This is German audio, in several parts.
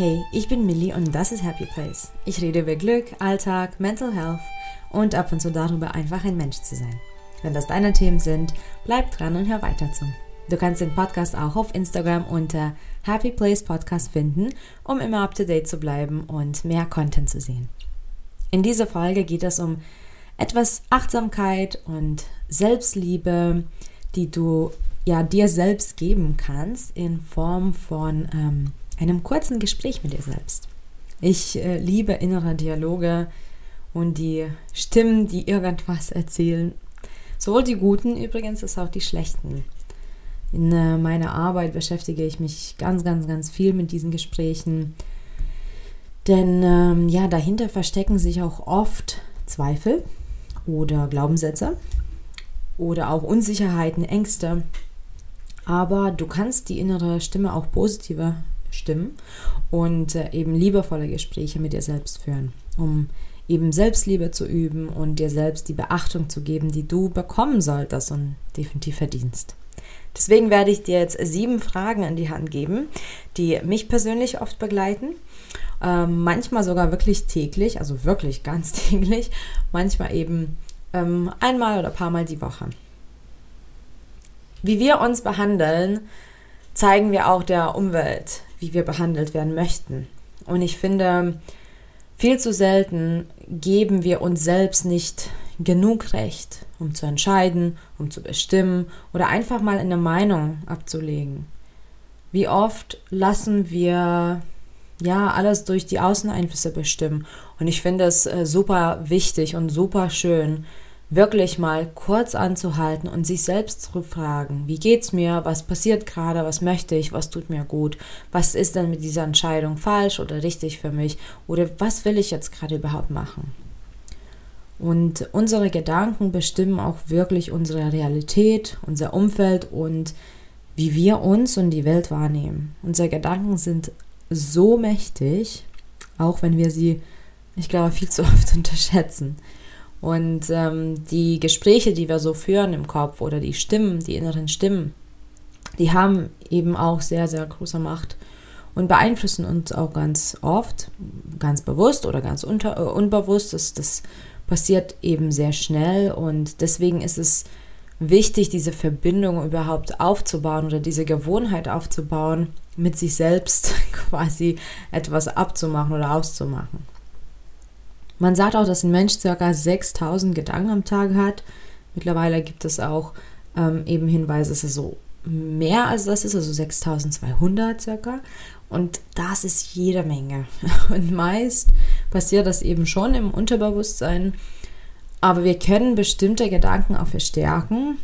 Hey, ich bin Millie und das ist Happy Place. Ich rede über Glück, Alltag, Mental Health und ab und zu darüber, einfach ein Mensch zu sein. Wenn das deine Themen sind, bleib dran und hör weiter zu. Du kannst den Podcast auch auf Instagram unter Happy Place Podcast finden, um immer up to date zu bleiben und mehr Content zu sehen. In dieser Folge geht es um etwas Achtsamkeit und Selbstliebe, die du dir selbst geben kannst in Form von einem kurzen Gespräch mit dir selbst. Ich liebe innere Dialoge und die Stimmen, die irgendwas erzählen. Sowohl die guten übrigens als auch die schlechten. In meiner Arbeit beschäftige ich mich ganz viel mit diesen Gesprächen. Denn dahinter verstecken sich auch oft Zweifel oder Glaubenssätze oder auch Unsicherheiten, Ängste. Aber du kannst die innere Stimme auch positiver stimmen und eben liebevolle Gespräche mit dir selbst führen, um eben Selbstliebe zu üben und dir selbst die Beachtung zu geben, die du bekommen solltest und definitiv verdienst. Deswegen werde ich dir jetzt 7 Fragen an die Hand geben, die mich persönlich oft begleiten, manchmal sogar wirklich täglich, also wirklich ganz täglich, manchmal eben einmal oder ein paar Mal die Woche. Wie wir uns behandeln, zeigen wir auch der Umwelt, wie wir behandelt werden möchten. Und ich finde, viel zu selten geben wir uns selbst nicht genug Recht, um zu entscheiden, um zu bestimmen oder einfach mal eine Meinung abzulegen. Wie oft lassen wir alles durch die Außeneinflüsse bestimmen? Und ich finde es super wichtig und super schön, wirklich mal kurz anzuhalten und sich selbst zu fragen, wie geht's mir, was passiert gerade, was möchte ich, was tut mir gut, was ist denn mit dieser Entscheidung falsch oder richtig für mich oder was will ich jetzt gerade überhaupt machen? Und unsere Gedanken bestimmen auch wirklich unsere Realität, unser Umfeld und wie wir uns und die Welt wahrnehmen. Unsere Gedanken sind so mächtig, auch wenn wir sie, ich glaube, viel zu oft unterschätzen. Und die Gespräche, die wir so führen im Kopf oder die Stimmen, die inneren Stimmen, die haben eben auch sehr, sehr große Macht und beeinflussen uns auch ganz oft, ganz bewusst oder ganz unbewusst. Das passiert eben sehr schnell und deswegen ist es wichtig, diese Verbindung überhaupt aufzubauen oder diese Gewohnheit aufzubauen, mit sich selbst quasi etwas abzumachen oder auszumachen. Man sagt auch, dass ein Mensch ca. 6.000 Gedanken am Tag hat. Mittlerweile gibt es auch eben Hinweise, dass es so mehr als das ist, also 6.200 circa. Und das ist jede Menge. Und meist passiert das eben schon im Unterbewusstsein. Aber wir können bestimmte Gedanken auch verstärken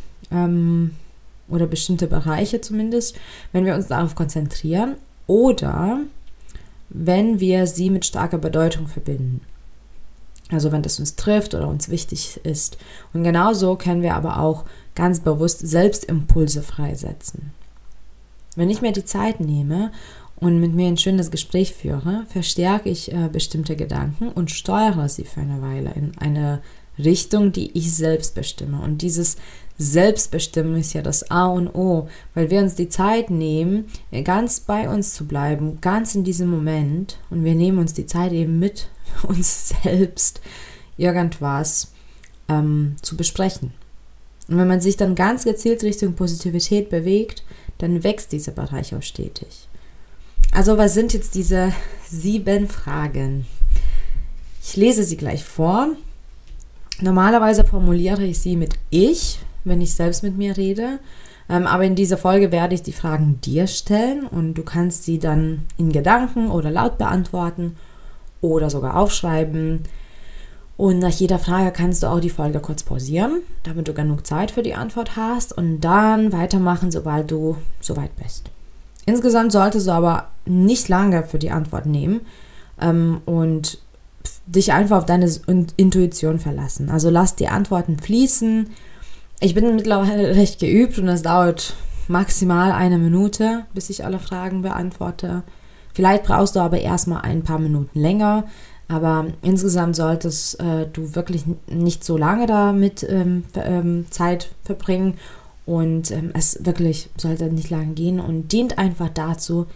oder bestimmte Bereiche zumindest, wenn wir uns darauf konzentrieren oder wenn wir sie mit starker Bedeutung verbinden. Also wenn das uns trifft oder uns wichtig ist. Und genauso können wir aber auch ganz bewusst Selbstimpulse freisetzen. Wenn ich mir die Zeit nehme und mit mir ein schönes Gespräch führe, verstärke ich bestimmte Gedanken und steuere sie für eine Weile in eine Richtung, die ich selbst bestimme. Und dieses Selbstbestimmen ist ja das A und O, weil wir uns die Zeit nehmen, ganz bei uns zu bleiben, ganz in diesem Moment. Und wir nehmen uns die Zeit eben mit uns selbst irgendwas zu besprechen. Und wenn man sich dann ganz gezielt Richtung Positivität bewegt, dann wächst dieser Bereich auch stetig. Also was sind jetzt diese 7 Fragen? Ich lese sie gleich vor. Normalerweise formuliere ich sie mit ich, wenn ich selbst mit mir rede. Aber in dieser Folge werde ich die Fragen dir stellen und du kannst sie dann in Gedanken oder laut beantworten oder sogar aufschreiben. Und nach jeder Frage kannst du auch die Folge kurz pausieren, damit du genug Zeit für die Antwort hast und dann weitermachen, sobald du soweit bist. Insgesamt solltest du aber nicht lange für die Antwort nehmen und dich einfach auf deine Intuition verlassen. Also lass die Antworten fließen. Ich bin mittlerweile recht geübt und es dauert maximal 1 Minute, bis ich alle Fragen beantworte. Vielleicht brauchst du aber erstmal ein paar Minuten länger, aber insgesamt solltest du wirklich nicht so lange damit Zeit verbringen und es wirklich sollte nicht lange gehen und dient einfach dazu,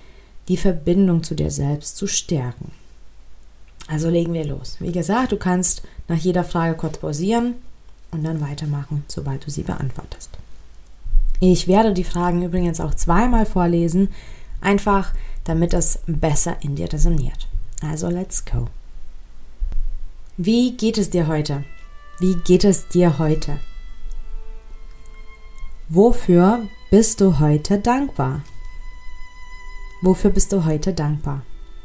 die Verbindung zu dir selbst zu stärken. Also legen wir los. Wie gesagt, du kannst nach jeder Frage kurz pausieren und dann weitermachen, sobald du sie beantwortest. Ich werde die Fragen übrigens auch zweimal vorlesen, einfach damit das besser in dir resoniert. Also let's go. Wie geht es dir heute? Wie geht es dir heute? Wofür bist du heute dankbar? Wofür bist du heute dankbar?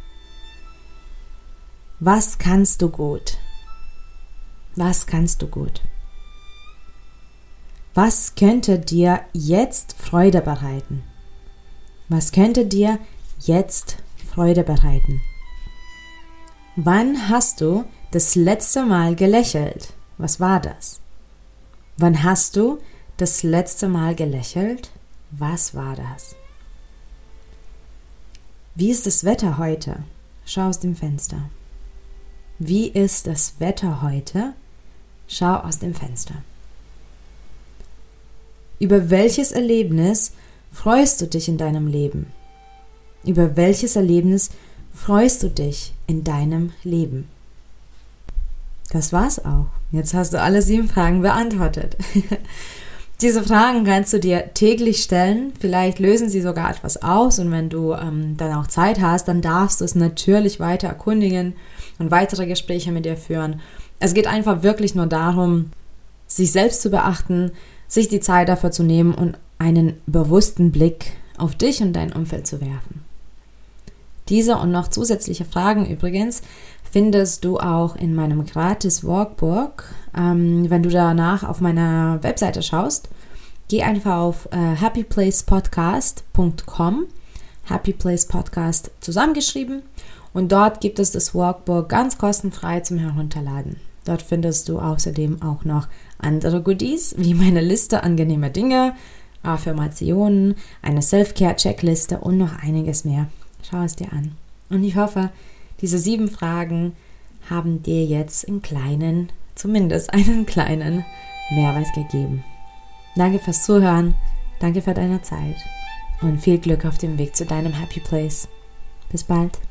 Was kannst du gut? Was kannst du gut? Was könnte dir jetzt Freude bereiten? Was könnte dir jetzt Freude bereiten? Wann hast du das letzte Mal gelächelt? Was war das? Wann hast du das letzte Mal gelächelt? Was war das? Wie ist das Wetter heute? Schau aus dem Fenster. Wie ist das Wetter heute? Schau aus dem Fenster. Über welches Erlebnis freust du dich in deinem Leben? Über welches Erlebnis freust du dich in deinem Leben? Das war's auch. Jetzt hast du alle 7 Fragen beantwortet. Diese Fragen kannst du dir täglich stellen. Vielleicht lösen sie sogar etwas aus und wenn du dann auch Zeit hast, dann darfst du es natürlich weiter erkundigen und weitere Gespräche mit dir führen. Es geht einfach wirklich nur darum, sich selbst zu beachten, sich die Zeit dafür zu nehmen und einen bewussten Blick auf dich und dein Umfeld zu werfen. Diese und noch zusätzliche Fragen übrigens findest du auch in meinem gratis Workbook. Wenn du danach auf meiner Webseite schaust, geh einfach auf happyplacepodcast.com, happyplacepodcast zusammengeschrieben, und dort gibt es das Workbook ganz kostenfrei zum Herunterladen. Dort findest du außerdem auch noch andere Goodies, wie meine Liste angenehmer Dinge, Affirmationen, eine Self-Care-Checkliste und noch einiges mehr. Schau es dir an. Und ich hoffe, diese 7 Fragen haben dir jetzt zumindest einen kleinen Mehrwert gegeben. Danke fürs Zuhören, danke für deine Zeit und viel Glück auf dem Weg zu deinem Happy Place. Bis bald.